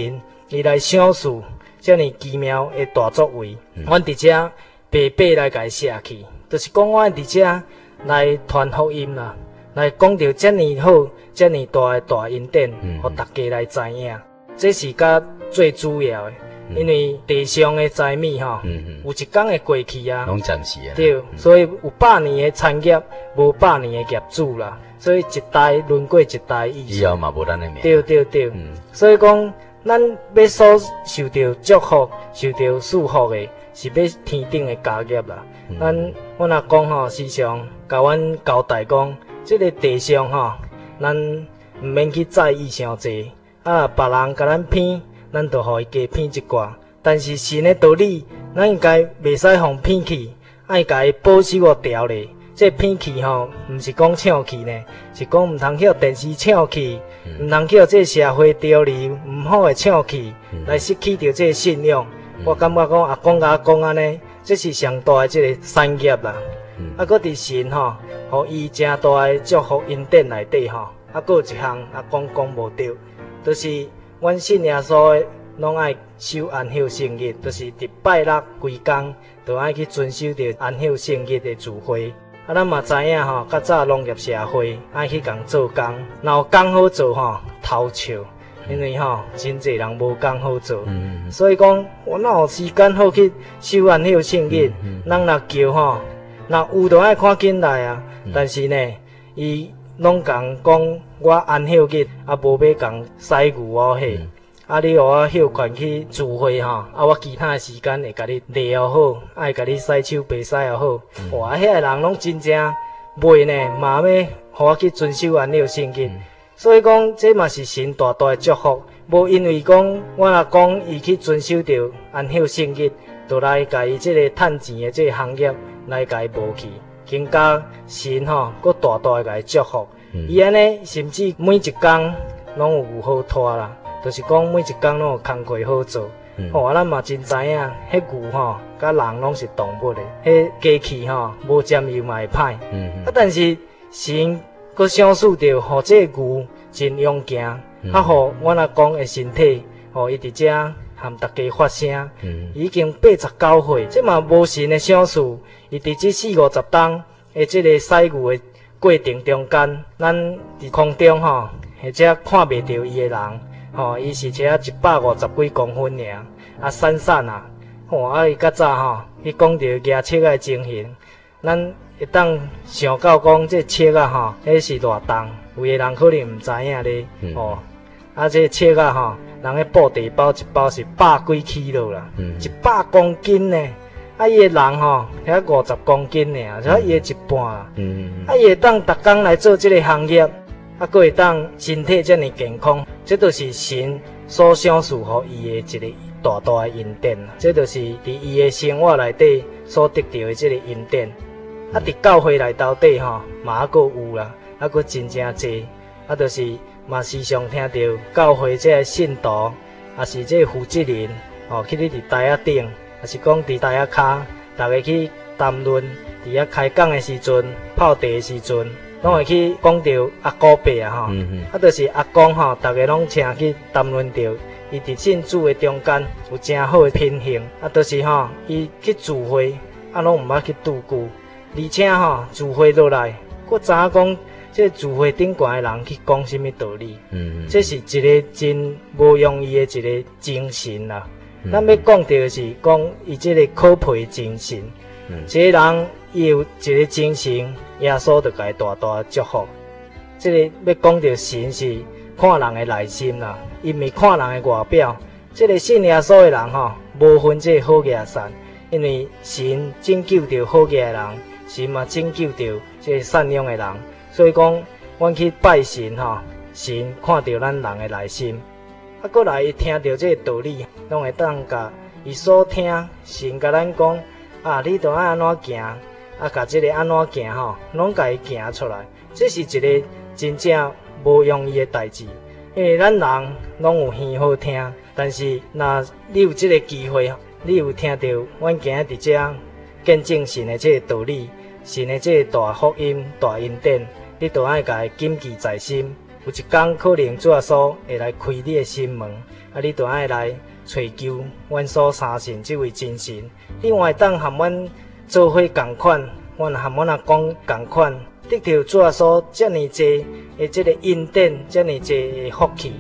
伊来享受遮尔奇妙的大作为，阮伫遮白白来甲伊写去，就是讲阮伫遮来传福音啦，来讲到遮尔好、遮尔大的大恩典，互大家来知影，这是甲最主要的。因为地上的财米吼，有一天会过去啊， 拢暂时啊。 对，所以有百年的产业，无百年的业主啦。所以一代轮过一代意思。 以后嘛无咱的命。 对对对， 嗯、 所以讲，咱要所受到祝福、受到祝福的，是要天顶的家业啦。嗯、咱阮阿公吼，时常甲阮交代讲，即、这个地上吼，咱毋免去在意伤济，啊，别人甲咱骗。咱就互伊加骗一寡，但是神的道理，咱应该袂使互骗去，爱甲伊保守个条例。这骗去吼，毋是讲抢去呢，是讲毋通去电视抢去，毋通去这社会条例毋好的抢去，来失去着这信仰。嗯、我感觉讲阿公甲我讲安尼，这是上大的这个产业啦。嗯、啊，搁伫神吼，互伊正大的祝福恩典内底吼，啊，搁有一项阿公讲无对，就是。阮信耶稣的，拢爱守安息圣日，就是伫拜六规工，都爱去遵守着安息圣日的聚会。啊，咱嘛知影吼，较早农业社会爱去共做工，若有工好做吼，偷笑，因为吼真济人无工好做，嗯、所以讲我哪有时间好去守安息圣日？嗯、人若叫吼，若有就爱看紧来啊，嗯、但是呢，伊。拢共讲我安息日啊，无要共洗牛我迄，嗯、啊你互我休权去聚会吼，啊我其他时间会甲你礼也好，爱甲你洗手白洗也好，嗯、哇，遐个人拢真正袂呢，嘛要互我去遵守安息圣日，嗯、所以讲这嘛是神大大的祝福，无因为讲我若讲伊去遵守着安息圣日，就来甲伊即个趁钱的即个行业来甲伊无去。更加神吼，佮大大个甲伊祝福。伊安尼甚至每一工拢有好拖啦，就是讲每一工拢有工课好做。嗯、吼，啊，咱嘛真知影，迄牛吼，甲人拢是动物的，迄机器吼无占有嘛会歹。嗯嗯、啊，但是神佮享受着，互这牛真勇敢，嗯、啊，互阮阿公的身体，互伊伫遮。含大家发声，嗯、已经八十九岁，这嘛无神的享受。伊伫这四五十冬的这个洗牛的过程中间，咱伫空中吼，或者看袂到伊的人，吼，伊是只一百五十几公分尔，啊，散散啊，吼，啊，伊较早吼，伊讲到牙齿的情形，咱会当想到讲这切啊吼，迄是偌重，有的人可能毋知影咧，嗯、吼，啊，这切啊吼。人个布地包一包是百几起落啦，嗯、一百公斤呢。啊，伊个人吼，遐五十公斤尔，才伊个一半啦。嗯、啊，伊会当逐工来做即个行业，啊，佫会当身体遮尔健康，这都是神所享受互伊的一个大大的恩典啦。这都是伫伊的生活内底所得到的即个恩典。啊，伫教会内斗底吼，嘛还佫有啦，啊，佫真正济，啊，就是。嘛时常听到教会这个信徒，也是这个负责人，哦，去咧伫台仔顶，也是讲伫台仔骹，大家去谈论，伫遐开讲的时阵，泡茶的时阵，拢会去讲到阿姑伯啊，吼，嗯嗯、啊，就是阿公吼，大家拢请去谈论到，伊伫信主的中间有真好的品行，啊，就是吼，伊去聚会，啊，拢毋捌去拄久，而且吼，聚会落来，佫知影讲。这聚会顶悬的人去讲什么道理？嗯，这是一个真无容易的一个精神啦。嗯、咱要讲到的是讲伊这个可佩精神。嗯，这个人伊有一个精神，耶稣就甲伊大大祝福。这个要讲到神是看人的内心啦，伊毋是看人的外表。这个信耶稣的人吼，无分这好假善，因为神拯救着好假的人，神嘛拯救着这个善良的人。所以讲，阮去拜神吼，神看到咱人的内心，啊，过来伊听到这个道理，拢会当甲伊所听，神甲咱讲，啊，你着爱安怎行，啊，甲这个安怎行吼，拢甲伊行出来，这是一个真正无容易的代志，因为咱人拢有耳好听，但是若你有这个机会，你有听到阮今日伫遮见证神的这个道理，神的这个大福音、大恩典。你都爱甲伊谨记在心， 有一天可能主耶稣会来开你的心门，啊，你就爱来找求阮所相信这位真神。你换当和阮做伙共款，阮和阮阿公共款，得到主耶稣遮尔济的这个恩典，遮尔济的福气。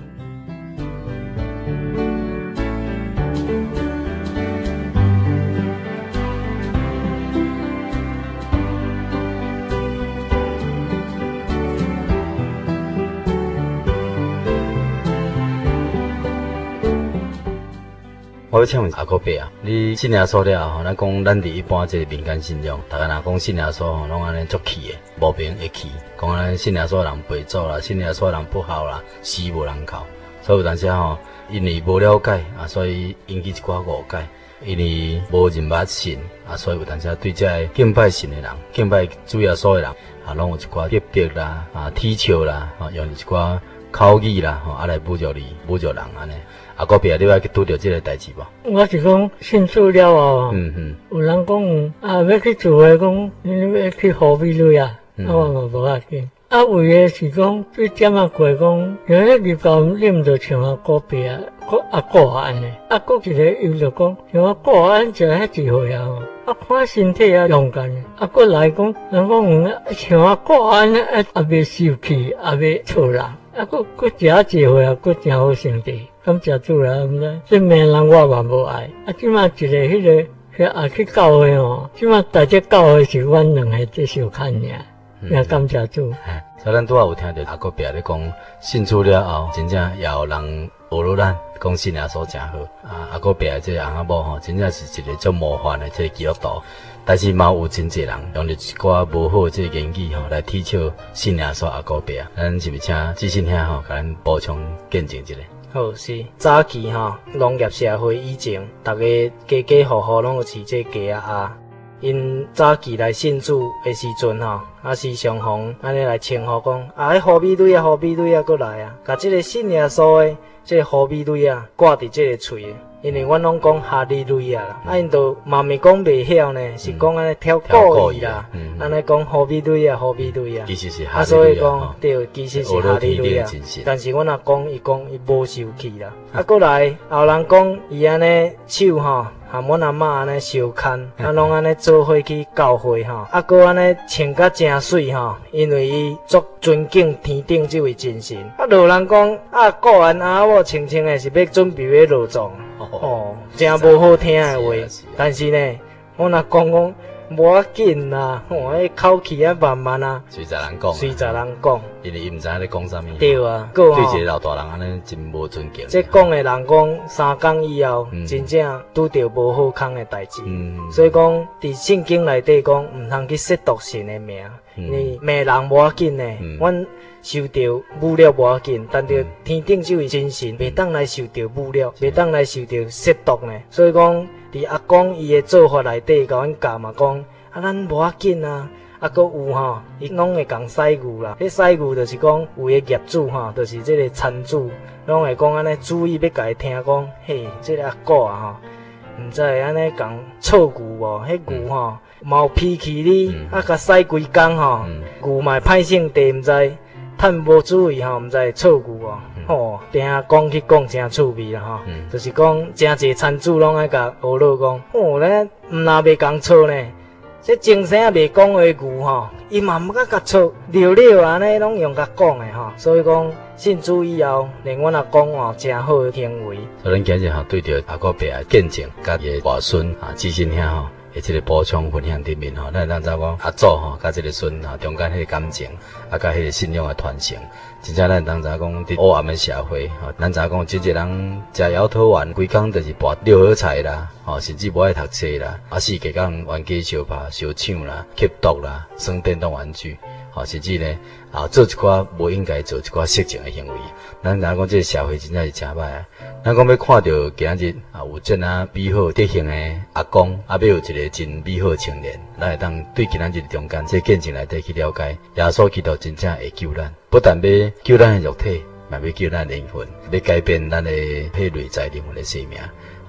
我要请问阿哥伯啊，你信耶稣了吼，咱讲咱伫一般即个民间信仰，大家若讲信耶稣吼，拢安尼足气的，无凭会气，讲安尼信耶稣的人陪走啦，信耶稣的人不好啦，死无人靠。所以有当时吼，因为无了解啊，所以引起一寡误解；因为无认捌信啊，所以有当时对这个敬拜神的人、敬拜主耶稣的人啊，拢有一寡逼迫啦、啊踢笑啦，啊用一寡口语啦，吼啊来侮辱你、侮辱人安尼。啊，哥伯，你捌去拄着即个代志无？ 我是讲信主了后， 嗯嗯， 有人讲啊，要去做诶，讲你要去河边里啊， 嗯、 啊我嘛无要紧。啊，有诶是讲最点啊过讲，因为日高你毋着像啊哥伯啊，哥啊哥安尼，啊哥一个又着讲像啊哥安就遐智慧啊，啊看身体啊勇敢，啊过来讲，人讲嗯像啊哥安啊啊袂受气，也袂错人。啊，佫佫诚智慧啊，佫诚好身体，感谢主啦！毋知这名人我嘛无爱。啊，即马一个迄、那个，迄也去教会吼，即马大只教会是阮两个在相看尔，也感谢主。 所以咱拄仔有听到阿哥伯咧讲，信主了后，真正也有人学了咱讲信耶稣诚好。啊，阿哥伯即个翁仔某吼，真正是一个足模范的即个基督徒。但是嘛有真侪人用着一寡无好的即个言语吼来踢笑信耶稣阿哥伯啊，咱是毋是请志信兄吼，甲咱补充见证一下？ 好是早期吼，农业社会以前，大家家家户户拢有饲这鸡啊鸭。因早期来信主的时阵吼，啊时常逢安尼来称呼讲，啊迄河米蕊啊，河米蕊啊，过来啊，甲即个信耶稣的即个河米蕊啊挂伫即个喙。因为阮拢讲哈利路亚啦，啊因都嘛咪讲袂晓呢，是讲安尼挑故意啦，安尼讲哈利路亚，哈利路亚， 其实是啊所以讲对，其实是哈利路亚，但是阮若讲伊讲伊无受气啦，啊过来后人讲伊安尼手吼。和阮阿嬷安尼相牵，啊，拢安尼做伙去教会吼，啊，搁安尼穿甲真水吼，因为伊足尊敬天顶这位真神。啊，有人讲啊，个人啊，我清清诶是要准备要落葬，哦，真无好听诶话。但是呢，我若讲讲无要紧啦，吼，迄口气啊慢慢啊， 随在人讲， 随在人讲， 因为伊毋知影咧讲啥物。 对啊， 对一个老大人安尼真无尊敬。 这讲诶人讲三工以后，嗯、真正拄着无好康诶代志，嗯、所以讲伫圣经内底讲，毋通去亵渎神诶名，嗯、你骂人无要紧呢，阮、嗯、受着侮辱无要紧，但着天顶这位真神，袂当来受着侮辱，袂当来受着亵渎呢。所以讲，伫阿公伊诶做法内底，甲阮教嘛讲，啊咱无要紧啊。啊，搁有吼，伊拢会讲洗牛啦。迄洗牛就是讲有诶业主吼，就是即个产主，拢会讲安尼注意要甲伊听讲，嘿，即、這個阿哥啊吼，毋知会安尼讲臭牛无？迄牛吼，嘛有脾气哩，嗯、啊，甲洗规工吼，嗯、牛嘛歹性地，毋知趁无注意吼，毋知会臭牛哦。嗯、吼，定讲去讲真趣味啦吼，嗯、就是讲真侪产主拢爱甲学老讲，吼咧，毋若袂讲错呢。这精神也袂讲话牛吼，伊嘛毋敢甲错，溜溜安尼拢用甲讲诶吼，所以讲信主以后，连阮阿公吼真好诶行为。 所以咱今日吼对着阿哥伯啊见证，甲伊诶外孙啊志信兄吼，诶即个补充分享里面吼，咱当知讲阿祖吼，甲即个孙吼中间迄个感情，啊甲迄个信仰诶传承，真正咱当知讲伫黑暗诶社会吼，咱知讲即个人食摇头丸，规工就是跋六合彩啦。哦，甚至无爱读册啦，啊，四个讲玩家相拍、相抢啦、吸毒啦、耍电动玩具，哦，甚至呢，啊，做一寡无应该做一寡色情的行为。咱知影讲，这个社会真正是真歹啊！咱讲要看到今日啊，有这样美好德行的阿公，啊，要有一个真美好的青年，咱会当对今日中间这见证内底去了解，耶稣基督真正会救咱，不但要救咱的肉体，嘛要救咱的灵魂，要改变咱的体内在灵魂的生命。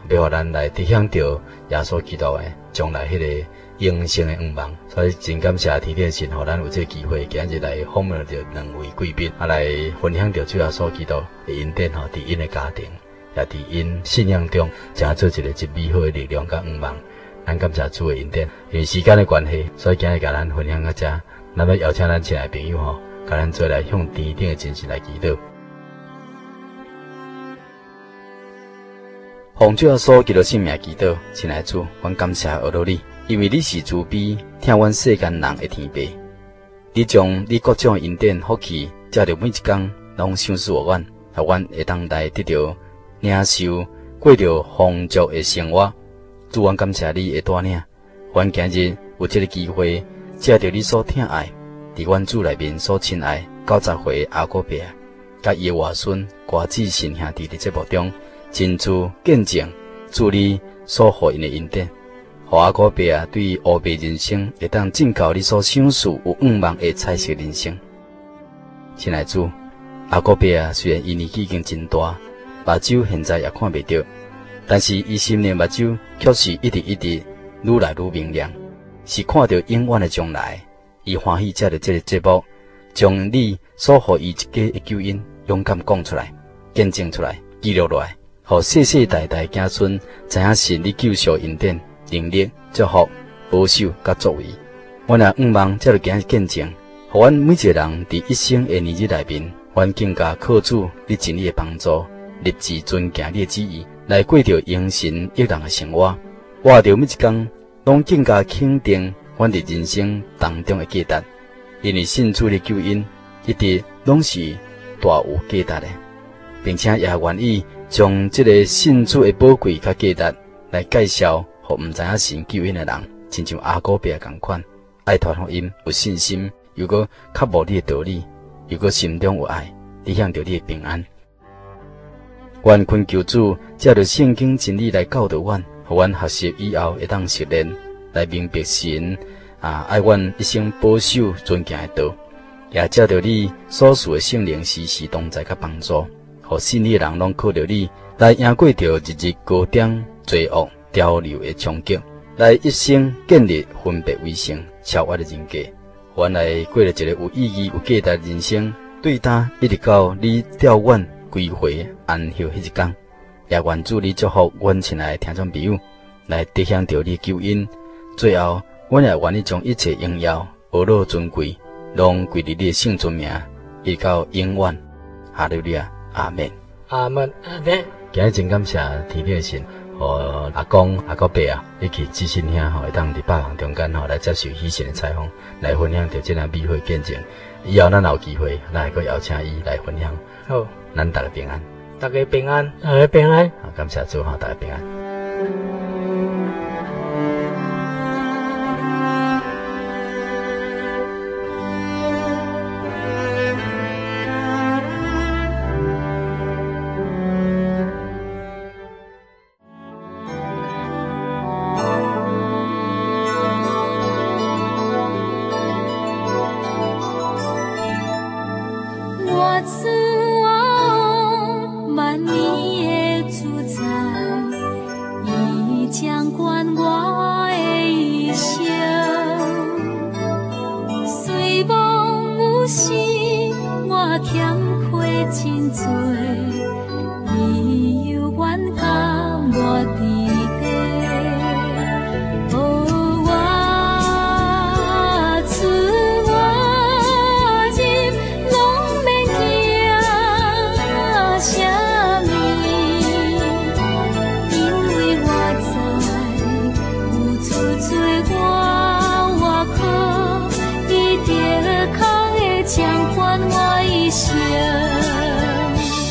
会互咱来得享到耶稣基督的将来迄个永生的愿望。所以真感谢天父神，互咱有这个机会，今日来访问到两位贵宾，啊来分享到主耶稣基督的恩典吼，伫因的家庭，也伫因信仰中，成做一个真美好的力量甲愿望。咱感谢主的恩典，因为时间的关系，所以今日甲咱分享到这，咱要邀请咱亲爱的朋友吼，甲咱做来向天顶的真神来祈祷。奉主耶稣基督圣名祈祷，亲爱的主，阮感谢阿罗你，因为你是慈悲，听阮世间人的天父。你将你各种恩典福气，借着每一天，拢赏赐我阮，互阮会当来得到领受，过着丰足的生活。主，阮感谢你的带领，阮今日有这个机会，借着你所疼爱，伫阮主内面所亲爱九十岁阿哥伯，甲伊的外孙瓜子信兄弟伫节目中，真主见证主你所予因的恩典，互阿哥伯啊对黑白人生会当进到你所享受有愿望的彩色人生。亲爱的主，阿哥伯啊虽然伊年纪已经真大，目睭现在也看袂到。但是伊心灵目睭却是一直一直愈来愈明亮，是看到永远的将来。伊欢喜借着这个节目，将你所予伊一家的救恩勇敢讲出来，见证出来，记录落来，互世世代代子孙知影神你救赎恩典、能力、祝福、保守甲作为。阮也愿望借着今日见证，互阮每一个人伫一生的年日内面，阮更加靠主你真理的帮助，立志遵行你的旨意。来过着永神益人的生活，活着每一天，拢更加肯定阮伫人生当中的价值，因为信主的救恩一直拢是大有价值的，并且也愿意将这个信主的宝贵甲价值来介绍，互毋知影神救恩的人，亲像阿哥伯共款，爱传福音，有信心，又搁较无你的道理，又搁心中有爱，得享着你的平安。愿恳求主借着圣经真理来教导阮，互阮学习以后会当实练，来明白神啊爱阮一生保守尊敬的道，也借着你所赐的圣灵时时同在甲帮助，互信你的人拢靠着你来赢过着日日高点罪恶潮流的冲击，来一生建立分别为圣超越的人格，互阮来过了一个有意义有价值的人生，对他一直到你调阮归回安息迄一天，也愿主你祝福阮亲爱的听众朋友，来得享到你救恩。最后，阮也愿意将一切荣耀、阿罗尊贵，拢归伫你的圣尊名，一直到永远。哈利路亚，阿门。 阿门， 阿门。 今日真感谢天父的神，互阿公、阿哥伯啊，以及子孙兄吼，会当伫百行中间吼来接受喜神的采访，来分享着这样美好的见证。以后咱有机会，咱会阁邀请伊来分享。 好。 咱大家平安， 大家平安， 大家平安。 好，感谢主，好，大家平安。 将还我一生。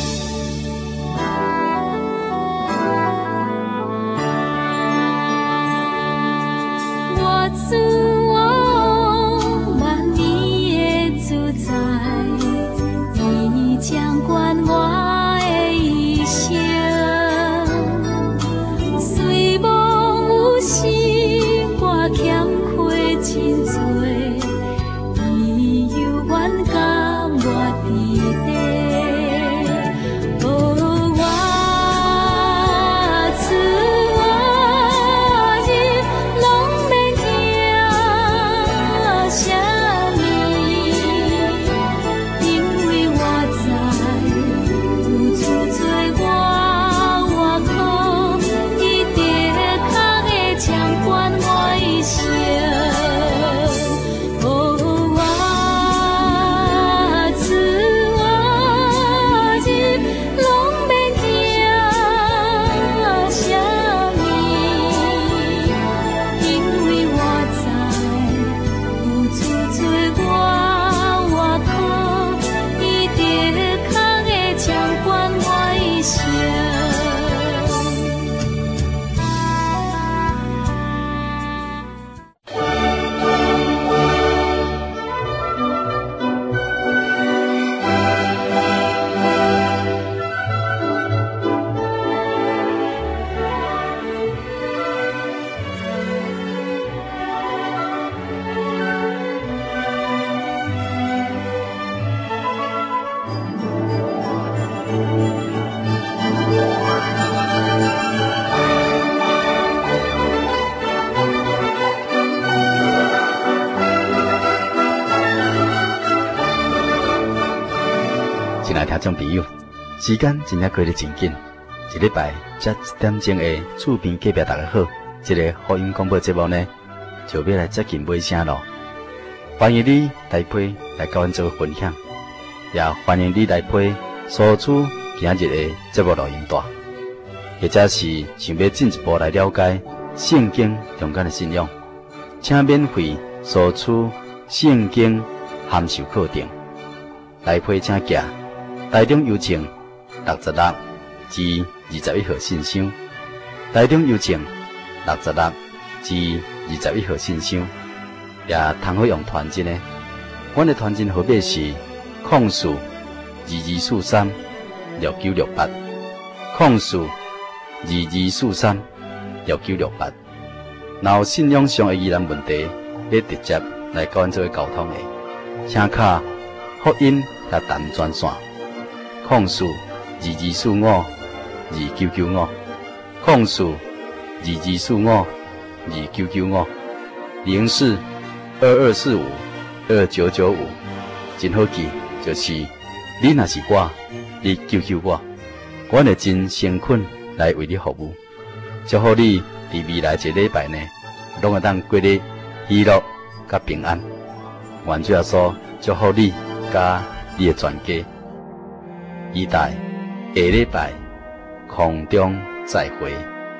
众朋友，时间真正过得真紧，一礼拜才一点钟的厝边隔壁大家好，这个福音广播节目呢，就要来接近尾声咯。欢迎你来陪来跟阮做分享，也欢迎你来陪所处今日的节目录音带，或者是想要进一步来了解圣经中间的信仰，请免费索取圣经函授课程，来陪请假台中邮政六十六至二十一号信箱，台中邮政六十六至二十一号信箱，也通好用传真的。阮的传真号码是空数二二四三六九六八，空数二二四三六九六八。若有信仰上的疑难问题，要直接来跟阮做沟通的，请卡福音甲谈专线。控诉二二四五二九九五，控诉二二四五二九九五，零四二二四五二九九五，真好记，就是你若是我，你救救我，我会真诚恳来为你服务。祝福你伫未来一礼拜呢，拢会当过得喜乐甲平安。愿主耶稣祝福你甲你的全家。期待下礼拜空中再会。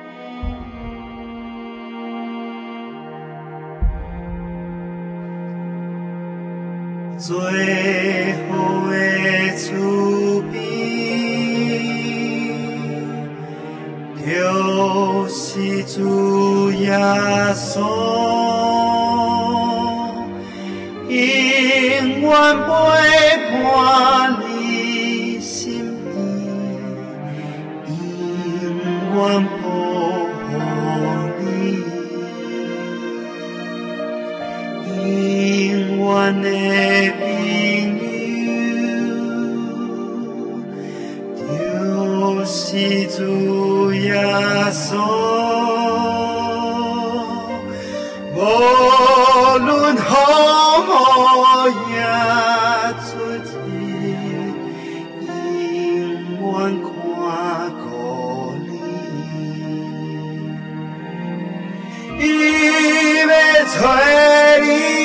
最好的厝边，就是主耶稣，永远陪伴你。永远保护你，永远的朋友，就是主耶稣。无论好也出天，永远看顾你。伊要找你。